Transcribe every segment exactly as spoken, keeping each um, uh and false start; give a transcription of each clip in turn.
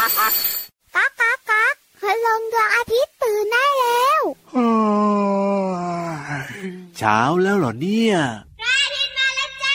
ก๊ากก๊ากก๊ากพลังดวงอาทิตย์ตื่นได้แล้วเช้าแล้วเหรอเนี่ยพระอาทิตย์มาแล้วจ้า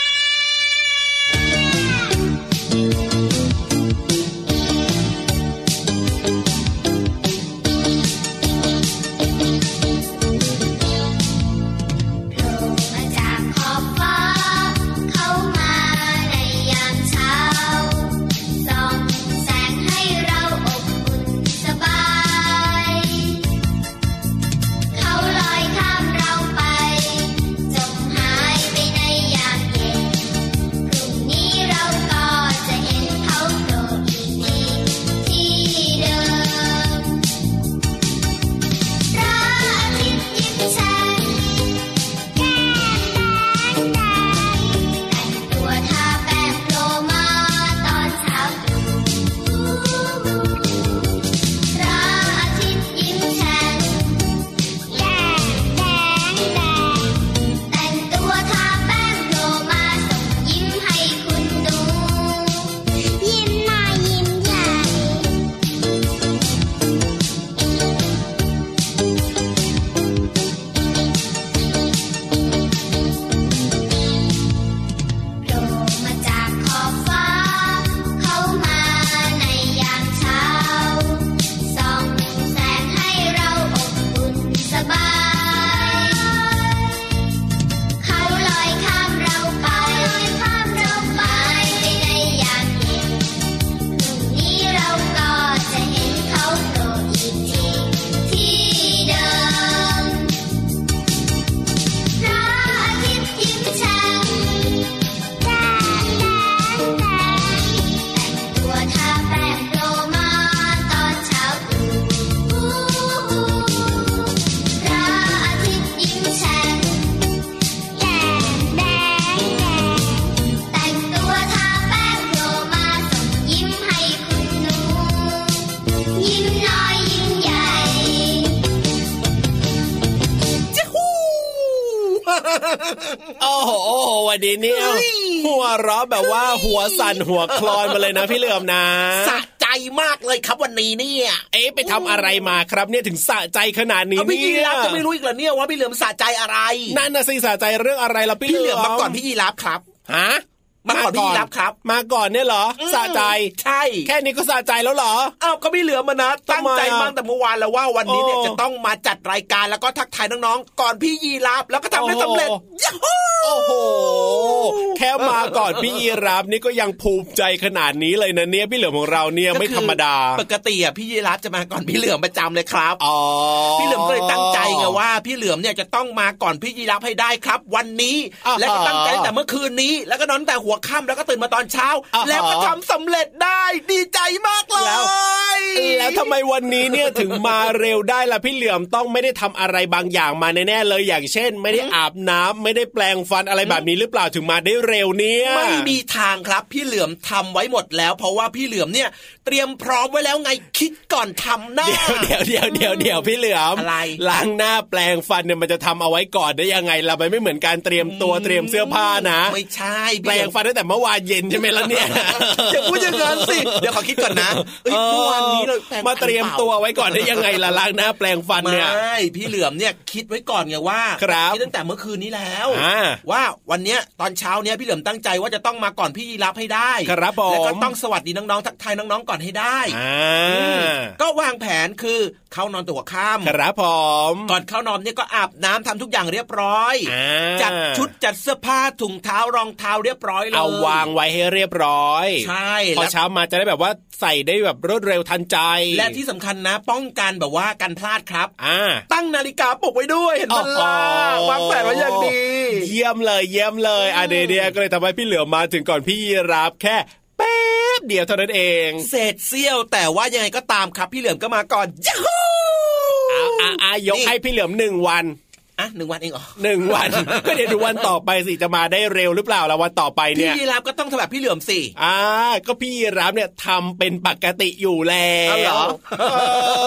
โอ้โหวันนี้เนี่ยหัวเราะแบบว่าหัวสั่นหัวคลอนมาเลยนะพี่เหลือมนะสะใจมากเลยครับวันนี้เนี่ยเอ๊ะไปทำอะไรมาครับเนี่ยถึงสะใจขนาดนี้เนี่ยพี่ยีราฟจะไม่รู้อีกเหรอเนี่ยว่าพี่เหลือมสะใจอะไรนั่นน่ะสิสะใจเรื่องอะไรล่ะพี่เหลือมมาก่อนพี่ยีราฟครับฮะมาก่อนพี่รับครับมาก่อนเนี่ยเหรอสะใจใช่แค่นี้ก็สะใจแล้วเหรออ้าวก็ไม่เหลือมานะตั้งใจมากแต่เมื่อวานแล้วว่าวันนี้เนี่ยจะต้องมาจัดรายการแล้วก็ทักทายน้องๆก่อนพี่ยีรับแล้วก็ทำได้สำเร็จโอ้โหแค่มาก่อนพี่ยีรับนี่ก็ยังภูมิใจขนาดนี้เลยนะเนี่ยพี่เหลือมของเราเนี่ยไม่ธรรมดาปกติอ่ะพี่ยีรับจะมาก่อนพี่เหลือมประจำเลยครับอ๋อพี่เหลือมก็เลยตั้งใจไงว่าพี่เหลือมเนี่ยจะต้องมาก่อนพี่ยีรับให้ได้ครับวันนี้และก็ตั้งใจแต่เมื่อคืนนี้แล้วก็นอนแต่หัวค่ำแล้วก็ตื่นมาตอนเช้าแล้วก็ทำสำเร็จได้ดีใจมากเลยแล้วแล้วทำไมวันนี้เนี่ยถึงมาเร็วได้ล่ะพี่เหลือมต้องไม่ได้ทำอะไรบางอย่างมาแน่ๆเลยอย่างเช่นไม่ได้อาบน้ำไม่ได้แปรงฟันอะไรแบบนี้หรือเปล่าถึงมาได้เร็วเนี่ยไม่มีทางครับพี่เหลือมทำไว้หมดแล้วเพราะว่าพี่เหลือมเนี่ยเตรียมพร้อมไว้แล้วไงคิดก่อนทำหน้าเดี๋ยวเดี๋ยวเดี๋ยวเดี๋ยวพี่เหลือมอะไรล้างหน้าแปรงฟันเนี่ยมันจะทำเอาไว้ก่อนได้ยังไงล่ะมันไม่เหมือนการเตรียมตัวเตรียมเสื้อผ้านะไม่ใช่แปรงฟันตั้งแต่เมื่อวานเย็นใช่ไหมล่ะเนี่ยอย่าพูดอย่างนั้นสิเดี๋ยวขอคิดก่อนนะเมื่อวานนี้เรามาเตรียมตัวไว้ก่อนได้ยังไงล่ะล้างหน้าแปรงฟันเนี่ยไม่พี่เหลือมเนี่ยคิดไว้ก่อนไงว่าคิดตั้งแต่เมื่อคืนนี้แล้วว่าวันเนี้ยตอนเช้าเนี้ยพี่เหลือมตั้งใจว่าจะต้องมาก่อนพี่ยีรับให้ได้แล้วก็ต้องสวัสดีน้องๆทักทายน้องๆก่อนให้ได้ก็วางแผนคือเข้านอนตัวค่ำครับผมก่อนเข้านอนเนี่ยก็อาบน้ำทำทุกอย่างเรียบร้อยจัดชุดจัดเสื้อผ้าถุงเท้ารองเท้าเรียบร้อยเลยเอาวางไว้ให้เรียบร้อยใช่พอเช้ามาจะได้แบบว่าใส่ได้แบบรวดเร็วทันใจและที่สำคัญนะป้องกันแบบว่ากันพลาดครับอ่าตั้งนาฬิกาปลุกไว้ด้วยเห็นมั้ยล่ะวางแผนไว้อย่างดีเยี่ยมเลยเยี่ยมเลยอ่ะเดี๋ยวๆก็เลยทำให้พี่เหลือมาถึงก่อนพี่ยีราฟแค่แป๊บเดียวเท่านั้นเองเศษเสี้ยวแต่ว่ายังไงก็ตามครับพี่เหลือมก็มาก่อนยูฮูอ่ะๆยกให้พี่เหลือมหนึ่งวันอ่ะหนึ่งวันเองเหรอหนึ่งวันก็เดี๋ยวดูวันต่อไปสิจะมาได้เร็วหรือเปล่าแล้ววันต่อไปเนี่ยพี่ยีราฟก็ต้องทำแบบพี่เหลือมสิอ่าก็พี่ยีราฟเนี่ยทำเป็นปกติอยู่แล้วเหรอ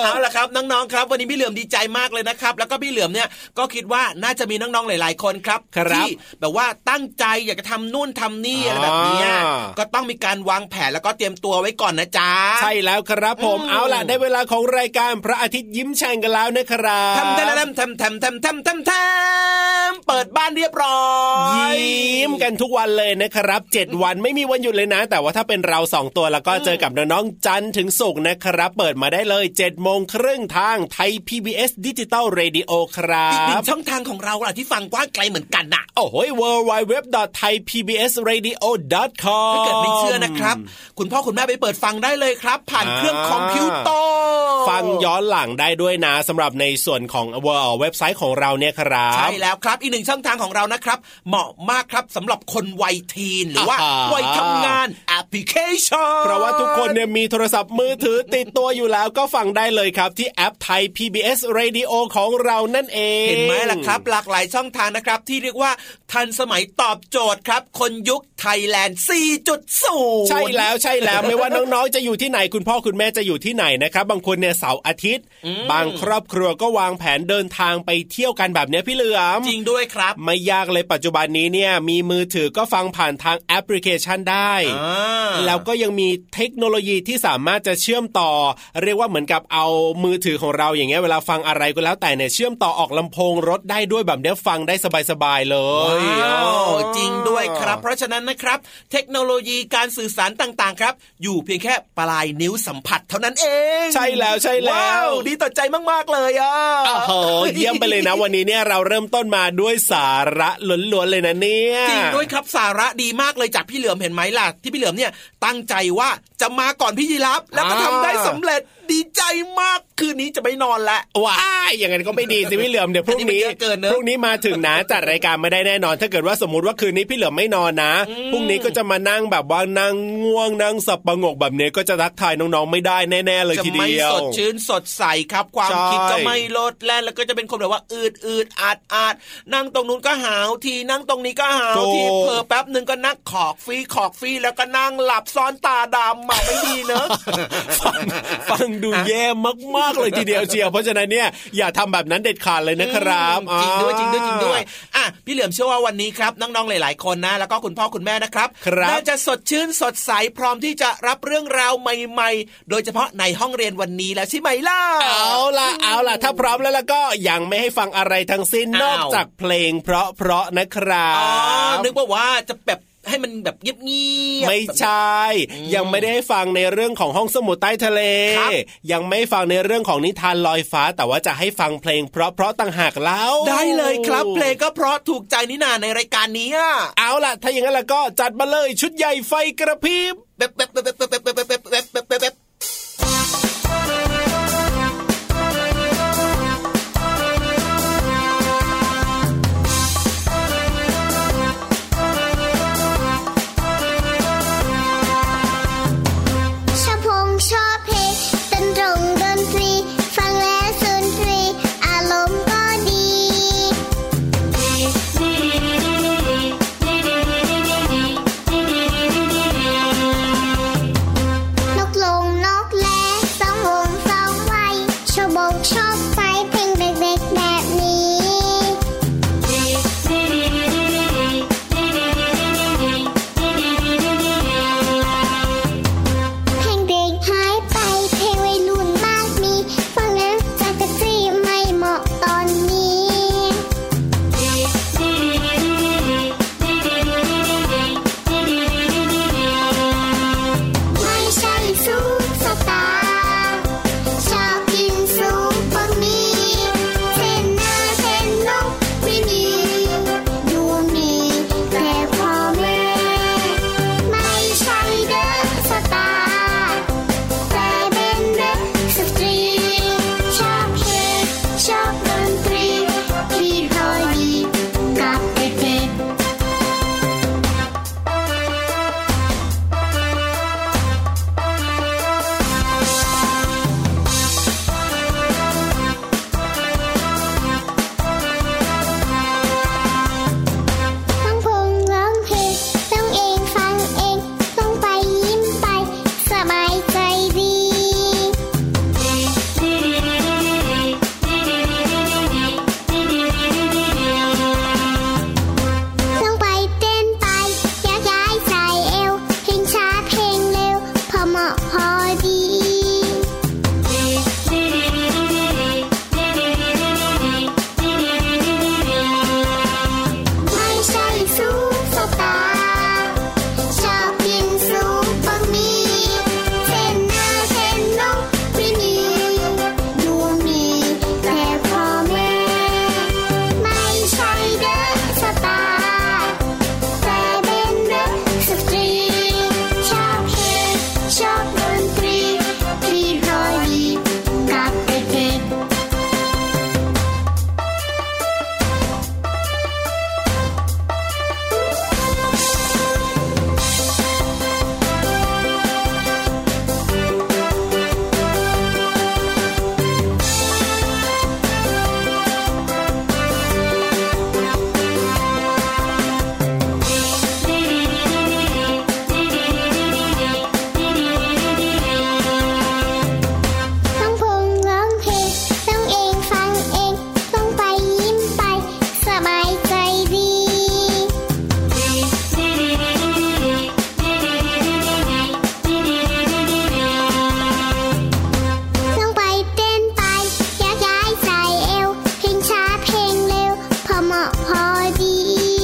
เอาล่ะครับน้องๆครับวันนี้พี่เหลือมดีใจมากเลยนะครับแล้วก็พี่เหลือมเนี่ยก็คิดว่าน่าจะมีน้องๆหลายๆคนครับที่แบบว่าตั้งใจอยากจะทำนู่นทำนี่อะไรแบบนี้ก็ต้องมีการวางแผนแล้วก็เตรียมตัวไว้ก่อนนะจ๊ะใช่แล้วครับผมเอาล่ะได้เวลาของรายการพระอาทิตย์ยิ้มแฉ่งกันแล้วนะครับทำทำทำทำทำทำทำทำเปิดบ้านเรียบร้อยยิ้มกันทุกวันเลยนะครับเจ็ดวันไม่มีวันหยุดเลยนะแต่ว่าถ้าเป็นเราสองตัวแล้วก็เจอกับน้องๆจันทร์ถึงศุกร์นะครับเปิดมาได้เลย เจ็ดโมงครึ่งทางไทย พี บี เอส Digital Radio ครับอีกหนึ่งช่องทางของเราล่ะที่ฟังกว้างไกลเหมือนกันน่ะโอ้โห ดับเบิลยู ดับเบิลยู ดับเบิลยู ดอท ไทย พี บี เอส เรดิโอ ดอท คอมถ้าเกิดไม่เชื่อนะครับคุณพ่อคุณแม่ไปเปิดฟังได้เลยครับผ่านเครื่องคอมพิวเตอร์ฟังย้อนหลังได้ด้วยนะสำหรับในส่วนของเว็บไซต์ของเราเนี่ยครับใช่แล้วครับอีกหนึ่งช่องทางของเรานะครับเหมาะมากครับสำหรับคนวัยทีนหรือว่าวัยทำงานแอปพลิเคชันเพราะว่าทุกคนเนี่ยมีโทรศัพท์มือถือติดตัวอยู่แล้วก็ฟังได้เลยครับที่แอปไทย พี บี เอส Radio ของเรานั่นเองเห็นไหมล่ะครับหลากหลายช่องทางนะครับที่เรียกว่าทันสมัยตอบโจทย์ครับคนยุคไทยแลนด์ สี่จุดศูนย์ใช่แล้วใช่แล้วไม่ว่าน้องๆจะอยู่ที่ไหนคุณพ่อคุณแม่จะอยู่ที่ไหนนะครับบางคนเนี่ยเสาร์อาทิตย์บางครอบครัวก็วางแผนเดินทางไปเที่ยวกันแบบนี้พี่เหลือมจริงด้วยครับไม่ยากเลยปัจจุบันนี้เนี่ยมีมือถือก็ฟังผ่านทางแอปพลิเคชันได้แล้วก็ยังมีเทคโนโลยีที่สามารถจะเชื่อมต่อเรียกว่าเหมือนกับเอามือถือของเราอย่างเงี้ยเวลาฟังอะไรก็แล้วแต่เนี่ยเชื่อมต่อออกลำโพงรถได้ด้วยแบบนี้ฟังได้สบายๆเลยจริงด้วยครับเพราะฉะนั้นนะครับเทคโนโลยีการสื่อสารต่างๆครับอยู่เพียงแค่ปลายนิ้วสัมผัสเท่านั้นเองใช่แล้วใช่แล้วดีต่อใจมากๆเลยอ่ะโอ้โหเยี่ยมไปเลยนะวันนี้เนี่ยเราเริ่มต้นมาด้วยสาระล้วนๆเลยนะเนี่ยจริงด้วยครับสาระดีมากเลยจากพี่เหลือมเห็นไหมล่ะที่พี่เหลือมเนี่ยตั้งใจว่าจะมาก่อนพี่ยีรับแล้วก็ทำได้สำเร็จดีใจมากคืนนี้จะไม่นอนละว้ายอย่างนั้นก็ไม่ดีสิพี่เหลือมเดี๋ยวพรุ่งนี้พรุ่งนี้มาถึงนะจัดรายการไม่ได้แน่นอนถ้าเกิดว่าสมมุติว่าคืนนี้พี่เหลือมไม่นอนนะพรุ่งนี้ก็จะมานั่งแบบว่านั่งง่วงนั่งสับประงกแบบนี้ก็จะทักทายน้องๆไม่ได้แน่ๆเลยทีเดียวจะไม่สดชื่นสดใสครับความคิดก็ไม่ลดแล่นแล้วก็จะเป็นคนแบบว่าอืดอืดอาดอาดนั่งตรงนู้นก็หาวทีนั่งตรงนี้ก็หาวทีเผลอแป๊บนึงก็นักขอกฟรีขอกฟรีแล้วก็นั่งหลับซ้อนตาดำมาไม่ดีเนอะฟังดูแย่มากๆเลยทีเดียวเชียวเพราะฉะนั้นเนี่ยอย่าทำแบบนั้นเด็ดขาดเลยนะครับจริงด้วยจริงด้วยจริงด้วยอ่ะพี่เหลือมเชื่อว่าวันนี้ครับน้องๆหลายๆคนนะแล้วก็คุณพ่อคุณแม่นะครับน่าจะสดชื่นสดใสพร้อมที่จะรับเรื่องราวใหม่ๆโดยเฉพาะในห้องเรียนวันนี้แล้วใช่ไหมล่ะเอาล่ะเอาล่ะถ้าพร้อมแล้วแล้วก็ยังไม่ให้ฟังอะไรทั้งสิ้นนอกจากเพลงเพราะๆนะครับอ๋อนึกว่าจะแบบให้มันแบบเงียบๆไม่ใช่ยังไม่ได้ให้ฟังในเรื่องของห้องสมุดใต้ทะเลยังไม่ฟังในเรื่องของนิทานลอยฟ้าแต่ว่าจะให้ฟังเพลงเพราะๆต่างหากแล้วได้เลยครับเพลงก็เพราะถูกใจนี่นาในรายการนี้เอาล่ะถ้าอย่างนั้นแล้วก็จัดมาเลยชุดใหญ่ไฟกระพริบแบบแบบแบบแบบแบบแบบแบบแบบแบบชอบเพลงดนตรงดนตรีฟังแล้วสุนทรีอารมณ์ก็ดีเหมาะพอดีไม่ใช่ซุปสตาร์ชอบกินซุปบะหมี่เส้นหน้าเส้นนกไม่มีดูมีแต่พ่อแม่ไม่ใช่เด็กสตาร์แต่เป็นเด็กสตรีชอบเพลงชอบดนตรีที่รอยดีกับเด็กๆต้องพงร้องเพลงต้องเองฟังเองต้องไปยิ้มไปสบายใจดีต้องไปเต้นไปยักย้ายใส่เอวเพลงช้าเพลงเร็วพอเหมาะพอดี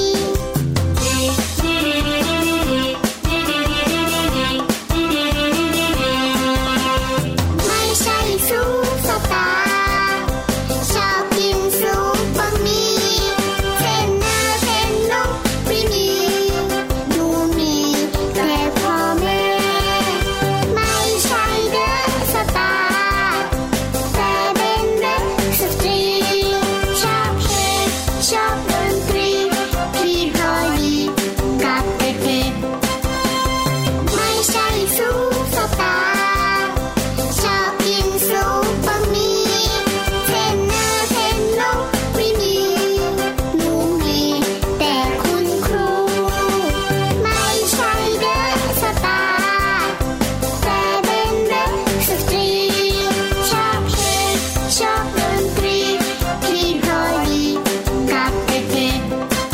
ไม่ใช่ซุปสตาร์ชอบกินซุปบะหมี่เส้นหน้าเส้นนกไม่มีดูมีแต่พ่อแม่ไม่ใช่เด็กสตาร์แต่เป็นเด็กสตรีชอบเพลงชอบดนตรีที่รอยดีกับเด็กๆไม่ใช่ซุปสตาร์ชอบกินซุปบะหมี่เส้นหน้าเส้นนกไม่มีหนูมีแต่คุณครูไม่ใช่เด็กสตาร์แต่เป็นเด็กสตรีชอบเพลงชอบดนตรีที่รอยดีกับเด็กๆ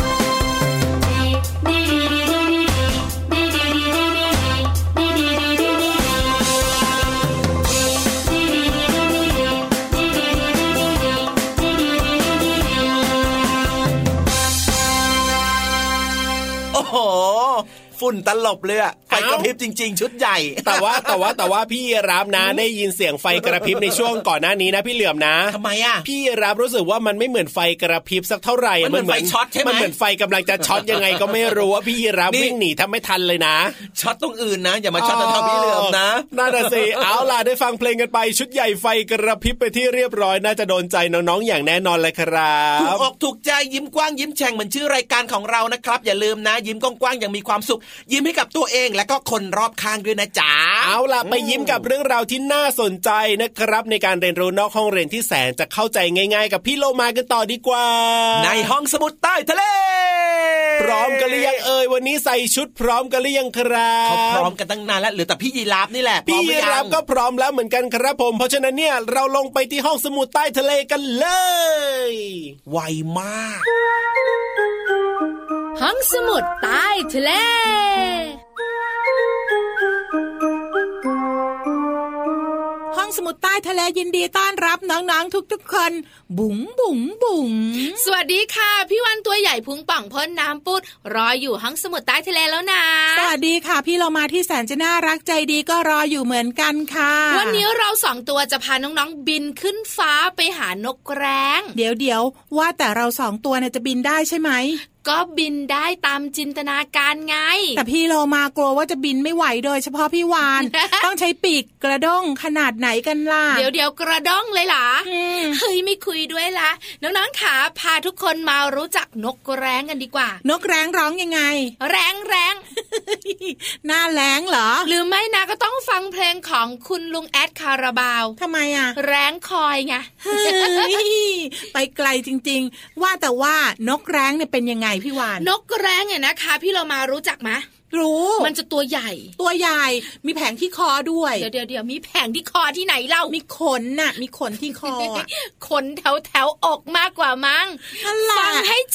โอ้โหฝุ่นตลบเลยอะไฟกระพริบจริงๆชุดใหญ่แต่ว่าแต่ว่าแต่ว่าพี่รับนะได้ยินเสียงไฟกระพริบในช่วงก่อนหน้านี้นะพี่เหลือมนะทำไมอะพี่รับรู้สึกว่ามันไม่เหมือนไฟกระพริบสักเท่าไหร่มันเหมือนไฟช็อตใช่ไหมมันเหมือนไฟกำลังจะช็อตยังไงก็ไม่รู้ว่าพี่รับวิ่งหนีทำไม่ทันเลยนะช็อตตรงอื่นนะอย่ามาช็อตตรงพี่เหลือมนะน่าจะสิเอาล่ะได้ฟังเพลงกันไปชุดใหญ่ไฟกระพริบไปที่เรียบร้อยน่าจะโดนใจน้องๆอย่างแน่นอนเลยครับถูกอกถูกใจยิ้มกว้างยิ้มแฉ่งเหมือนชื่อรายการของเรานะครับอย่าลืมนะยิ้มกว้างๆอย่างมีความสุขยิ้มให้กับตัวเองและก็คนรอบข้างด้วยนะจ๊ะเอาล่ะไปยิ้มกับเรื่องราวที่น่าสนใจนะครับในการเรียนรู้นอกห้องเรียนที่แสนจะเข้าใจง่ายๆกับพี่โลมากันต่อดีกว่าในห้องสมุดใต้ทะเลพร้อมกันหรือยังเอ่ยวันนี้ใส่ชุดพร้อมกันหรือยังครับเขาพร้อมกันตั้งนานแล้วเหลือแต่พี่ยีราฟนี่แหละพี่ยีราฟก็พร้อมแล้วเหมือนกันครับผมเพราะฉะนั้นเนี่ยเราลงไปที่ห้องสมุดใต้ทะเลกันเลยไวมากห้องสมุดใต้ทะเลห้องสมุดใต้ทะเลยินดีต้อนรับน้องๆทุกๆคนบุ๋งบุ๋งบุ๋งสวัสดีค่ะพี่วันตัวใหญ่พุงป่องพ่นน้ำปุดรออยู่ห้องสมุดใต้ทะเลแล้วนะสวัสดีค่ะพี่เรามาที่แสนจะน่ารักใจดีก็รออยู่เหมือนกันค่ะวันนี้เราสองตัวจะพาน้องๆบินขึ้นฟ้าไปหานกแร้งเดี๋ยวเดี๋ยวว่าแต่เราสองตัวเนี่ยจะบินได้ใช่ไหมก็บินได้ตามจินตนาการไงแต่พี่โลมากลัวว่าจะบินไม่ไหวโดยเฉพาะพี่วาน ต้องใช้ปีกกระด้งขนาดไหนกันล่ะเดี๋ยวเดี๋ยวกระด้งเลยเหรอเฮ้ยไม่คุยด้วยละน้องๆขาพาทุกคนมารู้จักนกแร้งกันดีกว่านกแร้งร้องยังไงแร้งแร้งหน้าแร้งเหรอหรือไม่นะก็ต้องฟังเพลงของคุณลุงแอดคาราบาวทำไมอ่ะแร้งคอยไงไปไกลจริงๆว่าแต่ว่านกแร้งเนี่ยเป็นยังไงพี่วานนกแร้งเนี่ยนะคะพี่เรามารู้จักไหมรู้มันจะตัวใหญ่ตัวใหญ่มีแผงที่คอด้วยเดี๋ยวเดี๋ยวเดี๋ยวมีแผงที่คอที่ไหนเล่ามีขนน่ะมีขนที่คอขนแถวแถวอกมากกว่ามั้งฟังให้จบ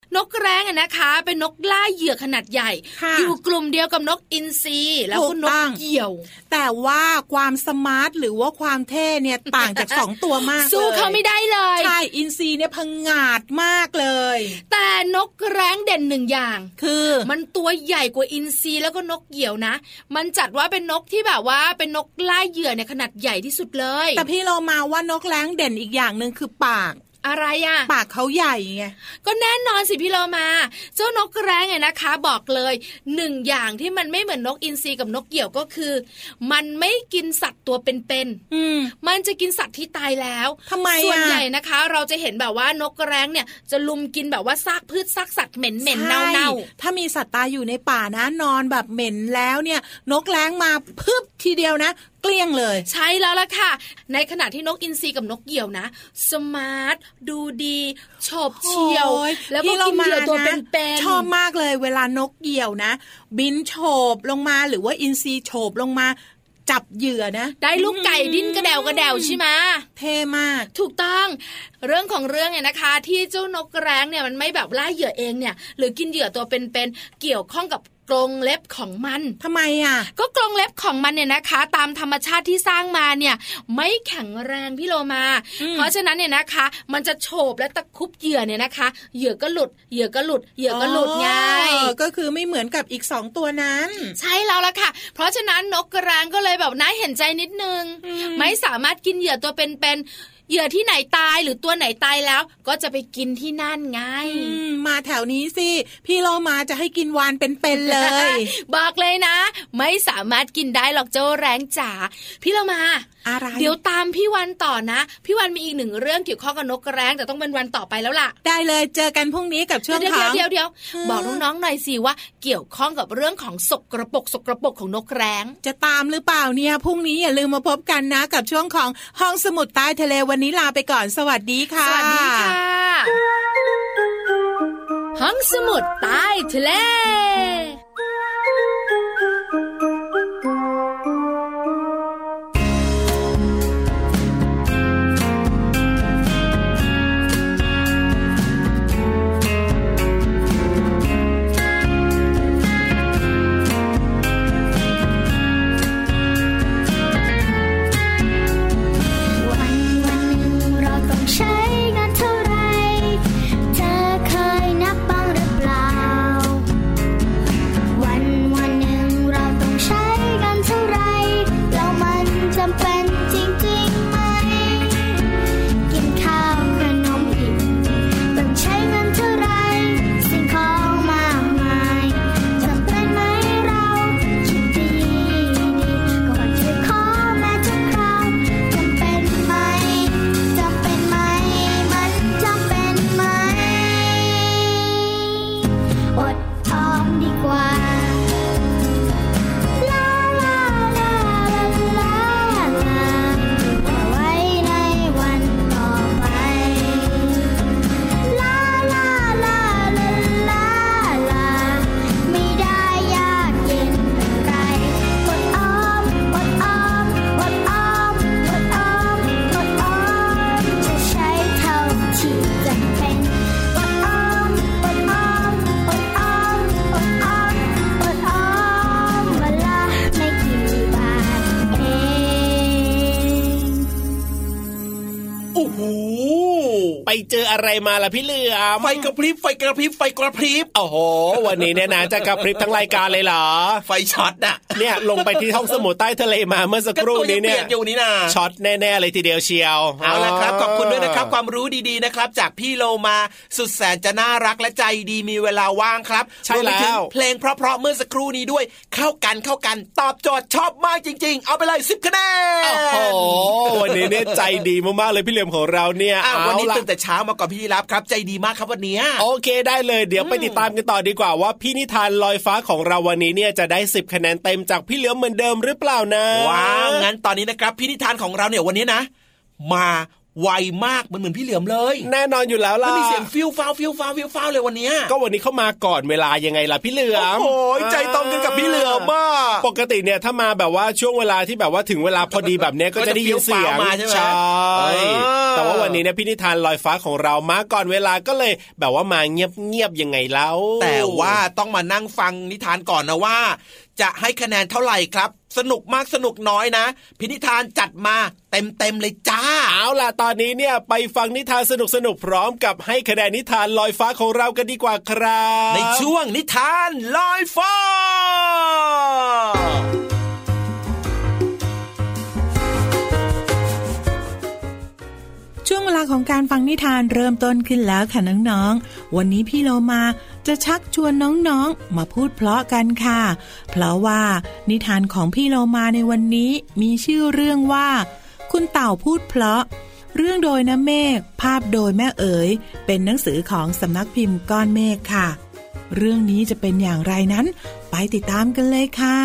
นกแร้งอะนะคะเป็นนกล่าเหยื่อขนาดใหญ่อยู่กลุ่มเดียวกับนกอินทรีแล้วก็นกเหยี่ยวแต่ว่าความสมาร์ทหรือว่าความเท่เนี่ยต่างจากสองตัวมากเลยสู้เขาไม่ได้เลยใช่อินทรีเนี่ยพังงาดมากเลยแต่นกแร้งเด่นหนึ่งอย่างคือมันตัวใหญ่กว่าอินทรีแล้วก็นกเหยี่ยวนะมันจัดว่าเป็นนกที่แบบว่าเป็นนกล่าเหยื่อเนี่ยขนาดใหญ่ที่สุดเลยแต่พี่เรามาว่านกแร้งเด่นอีกอย่างนึงคือปากอะไรอ่ะปากเขาใหญ่ไงก็แน่นอนสิพี่โลมาเจ้านกแร้งไงนะคะบอกเลยหนึ่งอย่างที่มันไม่เหมือนนกอินทรีกับนกเหยี่ยวก็คือมันไม่กินสัตว์ตัวเป็นๆมันจะกินสัตว์ที่ตายแล้วทำไมส่วนใหญ่นะคะเราจะเห็นแบบว่านกแร้งเนี่ยจะลุมกินแบบว่าซากพืชซากสัตว์เหม็นเหม็นเน่าๆถ้ามีสัตว์ตายอยู่ในป่านะนอนแบบเหม็นแล้วเนี่ยนกแร้งมาพึบทีเดียวนะเกลี้ยงเลยใช่แล้วล่ะค่ะในขณะที่นกอินทรีกับนกเหยี่ยวนะสมาร์ทดูดีฉบเฉี่ยวแล้วก็กินเหยื่อตัวเป็นๆชอบมากเลยเวลานกเหยี่ยวนะบินโฉบลงมาหรือว่าอินทรีโฉบลงมาจับเหยื่อนะได้ลูกไก่ดิ้นกระเดวกระเดวใช่ไหมเท่มากถูกต้องเรื่องของเรื่องเนี่ยนะคะที่เจ้านกแร้งเนี่ยมันไม่แบบล่าเหยื่อเองเนี่ยหรือกินเหยื่อตัวเป็นๆเกี่ยวข้องกับกรงเล็บของมันทำไมอ่ะก็กรงเล็บของมันเนี่ยนะคะตามธรรมชาติที่สร้างมาเนี่ยไม่แข็งแรงพี่โลมาเพราะฉะนั้นเนี่ยนะคะมันจะโฉบและตะคุบเหยื่อเนี่ยนะคะเหยื่อก็หลุดเหยื่อก็หลุดเหยื่อก็หลุดไงก็คือไม่เหมือนกับอีกสองตัวนั้นใช่แล้วล่ะค่ะเพราะฉะนั้นนกกระแร้งก็เลยแบบน่าเห็นใจนิดนึงไม่สามารถกินเหยื่อตัวเป็นๆเหยื่อที่ไหนตายหรือตัวไหนตายแล้วก็จะไปกินที่นั่นไงมาแถวนี้สิพี่โลมาจะให้กินวานเป็นๆเลยบอกเลยนะไม่สามารถกินได้หรอกเจ้าแร้งจ๋าพี่โลมาอะไรเดี๋ยวตามพี่วันต่อนะพี่วันมีอีกหนึ่งเรื่องเกี่ยวข้องกับนกกระแร้งแต่ต้องเป็นวันต่อไปแล้วล่ะได้เลยเจอกันพรุ่งนี้กับช่วงของเดี๋ยวเดี๋ยวบอกน้องๆหน่อยสิว่าเกี่ยวข้องกับเรื่องของสกระปกสกระปกของนกแร้งจะตามหรือเปล่าเนี่ยพรุ่งนี้อย่าลืมมาพบกันนะกับช่วงของห้องสมุดใต้ทะเลวันนี้ลาไปก่อนสวัสดีค่ะสวัสดีค่ะห้องสมุดใต้ทะเลเจออะไรมาล่ะพี่เหลือมไฟกระพริบไฟกระพริบไฟกระพริบโอ้โหวันนี้เนี่ยนะจะกระพริบทั้งรายการเลยเหรอไฟช็อตน่ะเนี่ยลงไปที่ห้องสมุดใต้ทะเลมาเมื่อสักครู่นี้เนี่ยอยู่นี่นะช็อตแน่ๆเลยทีเดียวเชียวเอาละครับขอบคุณด้วยนะครับความรู้ดีๆนะครับจากพี่โลมาสุดแสนจะน่ารักและใจดีมีเวลาว่างครับใช่แล้วเพลงเพราะๆเมื่อสักครู่นี้ด้วยเข้ากันเข้ากันตอบโจทย์ชอบมากจริงๆเอาไปเลยสิบคะแนนโอ้โหวันนี้เนี่ยใจดีมากๆเลยพี่เหลี่ยมของเราเนี่ยวันนี้ตื่นแต่เช้ามาก่อนพี่รับครับใจดีมากครับวันนี้โอเคได้เลยเดี๋ยวไปติดตามกันต่อดีกว่าว่าพี่นิทานลอยฟ้าของเราวันนี้เนี่ยจะได้สิบคะแนนเต็มจากพี่เหลือมเหมือนเดิมหรือเปล่านะว้าวงั้นตอนนี้นะครับพี่นิทานของเราเนี่ยวันนี้นะมาไวมากเหมือนเหมือนพี่เหลือมเลยแน่นอนอยู่แล้วล่ะมีเสียงฟิวฟ้าวฟิวฟ้าวฟิวฟ้าวเลยวันนี้ก็วันนี้เข้ามาก่อนเวลายังไงล่ะพี่เหลือมโอ้ยใจตรงกันกับพี่เหลือมมากปกติเนี่ยถ้ามาแบบว่าช่วงเวลาที่แบบว่าถึงเวลาพอดีแบบนี้ก็จะได้ยินเสียงใช่แต่ว่าวันนี้เนี่ยพี่นิทานลอยฟ้าของเรามาก่อนเวลาก็เลยแบบว่ามาเงียบๆยังไงแล้วแต่ว่าต้องมานั่งฟังนิทานก่อนนะว่าจะให้คะแนนเท่าไหร่ครับสนุกมากสนุกน้อยนะพี่นิทานจัดมาเต็มๆเลยจ้าเอาล่ะตอนนี้เนี่ยไปฟังนิทานสนุกๆพร้อมกับให้คะแนนนิทานลอยฟ้าของเรากันดีกว่าครับในช่วงนิทานลอยฟ้าช่วงเวลาของการฟังนิทานเริ่มต้นขึ้นแล้วค่ะน้องๆวันนี้พี่โลมาจะชักชวนน้องๆมาพูดเพราะกันค่ะเพราะว่านิทานของพี่โลมาในวันนี้มีชื่อเรื่องว่าคุณเต่าพูดเพราะเรื่องโดยน้ำเมฆภาพโดยแม่เอ๋ยเป็นหนังสือของสำนักพิมพ์ก้อนเมฆค่ะเรื่องนี้จะเป็นอย่างไรนั้นไปติดตามกันเลยค่ะ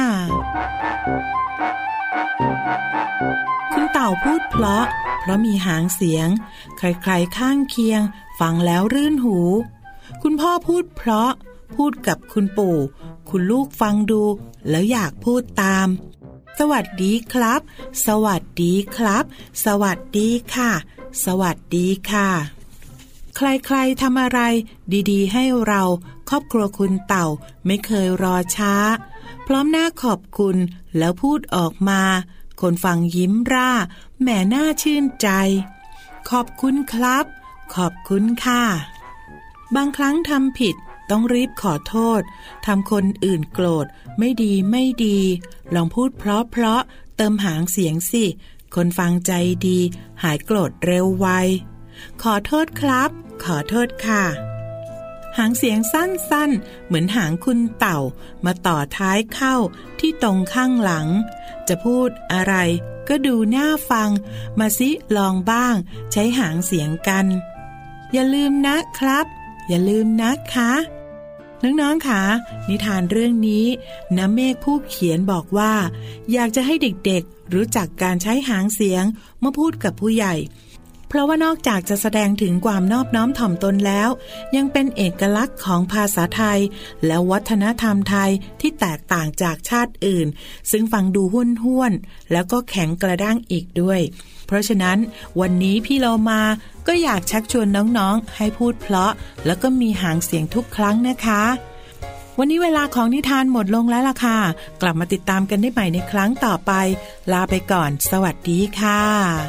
คุณเต่าพูดเพราะเพราะมีหางเสียงใครๆข้างเคียงฟังแล้วรื่นหูคุณพ่อพูดเพราะพูดกับคุณปู่คุณลูกฟังดูแล้วอยากพูดตามสวัสดีครับสวัสดีครับสวัสดีค่ะสวัสดีค่ะใครๆทำอะไรดีๆให้เราครอบครัวคุณเต่าไม่เคยรอช้าพร้อมหน้าขอบคุณแล้วพูดออกมาคนฟังยิ้มร่าแหมน่าชื่นใจขอบคุณครับขอบคุณค่ะบางครั้งทำผิดต้องรีบขอโทษทำคนอื่นโกรธไม่ดีไม่ดีลองพูดเพราะเพราะเติมหางเสียงสิคนฟังใจดีหายโกรธเร็วไวขอโทษครับขอโทษค่ะหางเสียงสั้นๆเหมือนหางคุณเต่ามาต่อท้ายเข้าที่ตรงข้างหลังจะพูดอะไรก็ดูน่าฟังมาสิลองบ้างใช้หางเสียงกันอย่าลืมนะครับอย่าลืมนะคะน้องๆค่ะนิทานเรื่องนี้น้ำเมฆผู้เขียนบอกว่าอยากจะให้เด็กๆรู้จักการใช้หางเสียงเมื่อพูดกับผู้ใหญ่เพราะว่านอกจากจะแสดงถึงความนอบน้อมถ่อมตนแล้วยังเป็นเอกลักษณ์ของภาษาไทยและวัฒนธรรมไทยที่แตกต่างจากชาติอื่นซึ่งฟังดูห้วนๆแล้วก็แข็งกระด้างอีกด้วยเพราะฉะนั้นวันนี้พี่เรามาก็อยากชักชวนน้องๆให้พูดเพราะแล้วก็มีหางเสียงทุกครั้งนะคะวันนี้เวลาของนิทานหมดลงแล้วล่ะค่ะกลับมาติดตามกันได้ใหม่ในครั้งต่อไปลาไปก่อนสวัสดีค่ะ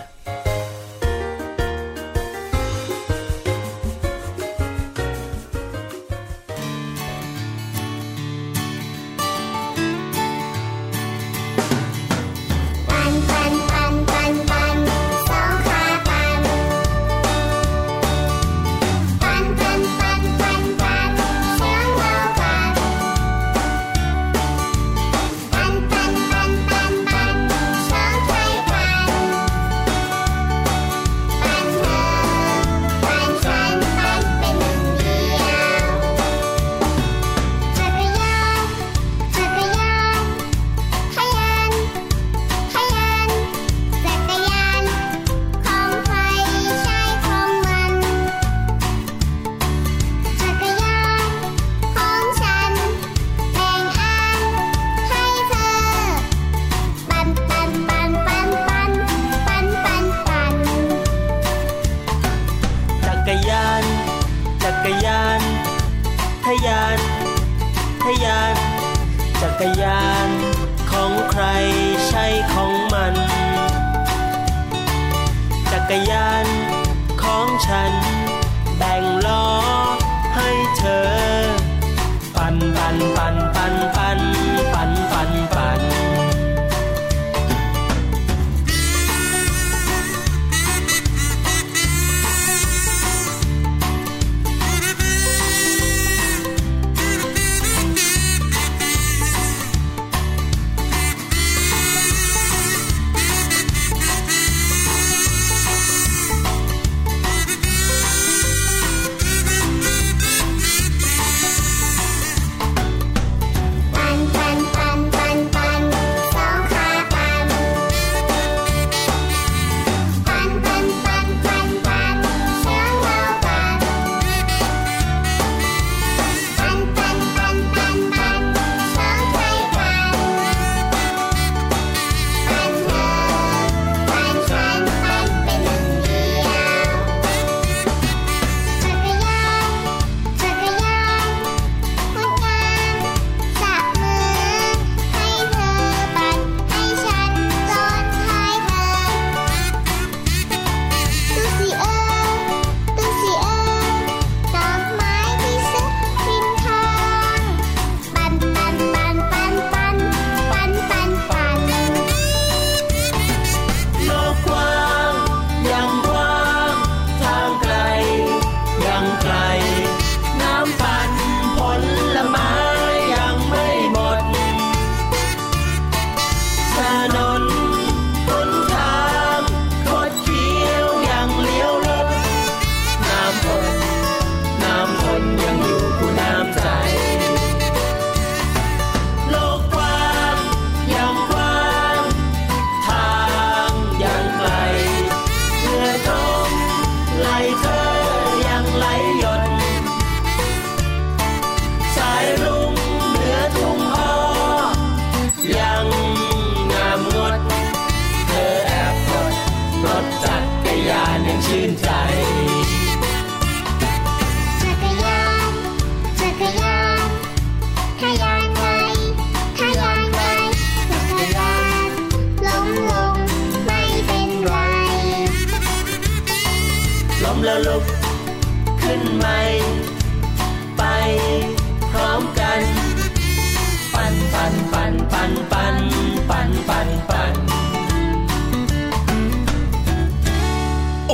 จักรยานของใครใช่ของมันจักรยานของฉันแบ่งล้อให้เธอปั่นปั่นปั่นปั่นปั่นปั่นปั่นปั่น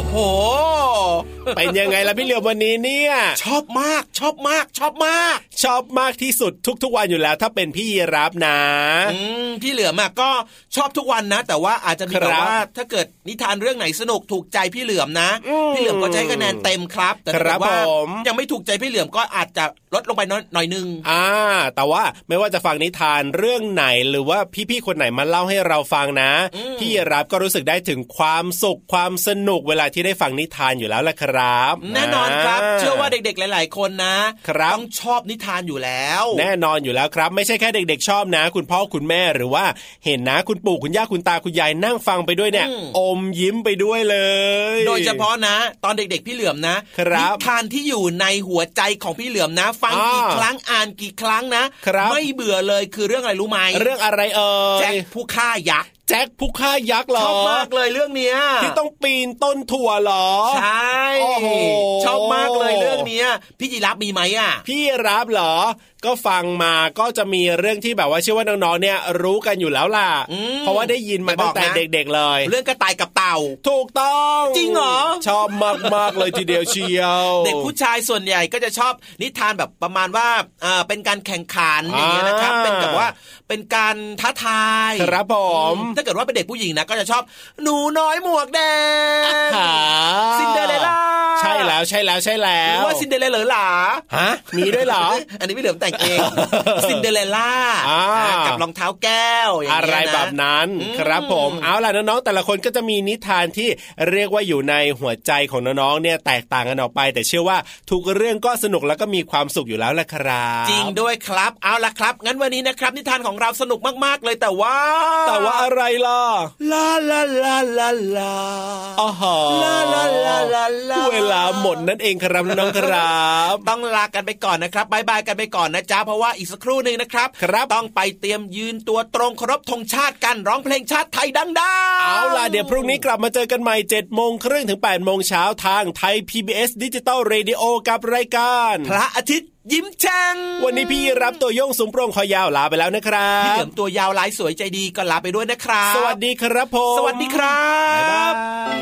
โหเป็นยังไงล่ะพี่เหลือมวันนี้เนี่ยชอบมากชอบมากชอบมากชอบมากที่สุดทุกๆวันอยู่แล้วถ้าเป็นพี่ยีราฟนะอืมพี่เหลือมอ่ะก็ชอบทุกวันนะแต่ว่าอาจจะมีแบบว่าถ้าเกิดนิทานเรื่องไหนสนุกถูกใจพี่เหลือมนะพี่เหลือมก็จะให้คะแนนเต็มครับแต่ถ้าว่ายังไม่ถูกใจพี่เหลือมก็อาจจะลดลงไปหน่อยนึงอ่าแต่ว่าไม่ว่าจะฟังนิทานเรื่องไหนหรือว่าพี่ๆคนไหนมาเล่าให้เราฟังนะพี่ยีราฟก็รู้สึกได้ถึงความสุขความสนุกเวลาที่ได้ฟังนิทานอยู่แล้วล่ะครับแน่นอนครับเชื่อว่าเด็กๆหลายๆคนนะต้องชอบนิทานอยู่แล้วแน่นอนอยู่แล้วครับไม่ใช่แค่เด็กๆชอบนะคุณพ่อคุณแม่หรือว่าเห็นนะคุณปู่คุณย่าคุณตาคุณยายนั่งฟังไปด้วยเนี่ยอมยิ้มไปด้วยเลยโดยเฉพาะนะตอนเด็กๆพี่เหลือมนะนิทานที่อยู่ในหัวใจของพี่เหลือมนะฟังกี่ครั้งอ่านกี่ครั้งนะไม่เบื่อเลยคือเรื่องอะไรรู้ไหมเรื่องอะไรเอ่ยแจ็คผู้ฆ่ายักษ์แจ็คผู้ฆ่ายักษ์เหรอชอบมากเลยเรื่องเนี้ยที่ต้องปีนต้นถั่วเหรอใช่โอ้โหชอบมากเลยเรื่องเนี้ยพี่ยีราฟมีไหมอ่ะพี่ยีราฟเหรอก็ฟังมาก็จะมีเรื่องที่แบบว่าเชื่อว่าน้องๆเนี่ยรู้กันอยู่แล้วล่ะเพราะว่าได้ยินมาตั้งแต่เด็กๆเลยเรื่องกระต่ายกับเต่าถูกต้องจริงเหรอชอบมากๆเลยทีเดียวเชียวเด็กผู้ชายส่วนใหญ่ก็จะชอบนิทานแบบประมาณว่าอ่าเป็นการแข่งขันอย่างเงี้ยนะครับเป็นแบบว่าเป็นการท้าทายครับผมถ้าเกิดว่าเป็นเด็กผู้หญิงนะก็จะชอบหนูน้อยหมวกแดงซินเดอเรลล่าใช่แล้วใช่แล้วใช่แล้วหรือว่าซินเดอเรลล่าฮะมีด้วยเหรออันนี้ไม่เหลือมแต่งเองซินเดอเรลล่ากับรองเท้าแก้วอย่างเงี้ยนะอะไรแบบนั้นครับผมเอาล่ะน้องๆแต่ละคนก็จะมีนิทานที่เรียกว่าอยู่ในหัวใจของน้องๆเนี่ยแตกต่างกันออกไปแต่เชื่อว่าทุกเรื่องก็สนุกแล้วก็มีความสุขอยู่แล้วแหละครับจริงด้วยครับเอาล่ะครับงั้นวันนี้นะครับนิทานของเราสนุกมากๆเลยแต่ว่าแต่ว่าอะไรล่ะลาลาลาลาลาอ๋อลาลาลาลาลาเวลาหมดนั่นเองครับน้องครับต้องลากันไปก่อนนะครับบายบายกันไปก่อนนะจ๊ะเพราะว่าอีกสักครู่นึงนะครับครับต้องไปเตรียมยืนตัวตรงเคารพธงชาติกันร้องเพลงชาติไทยดังๆเอาล่ะเดี๋ยวพรุ่งนี้กลับมาเจอกันใหม่ เจ็ดโมงครึ่ง ถึง แปดโมงเช้าทางไทย พี บี เอส Digital Radio กับรายการพระอาทิตย์ยิ้มแฉ่งวันนี้พี่รับตัวโยงสูงโปร่งคอยาวลาไปแล้วนะครับพี่เหลือมตัวยาวลายสวยใจดีก็ลาไปด้วยนะครับสวัสดีครับผมสวัสดีครับบ๊ายบาย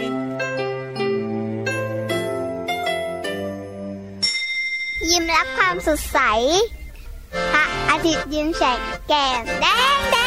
ยิ้มรับความสดใสพระอาทิตย์ยิ้มแฉกแก้มแดง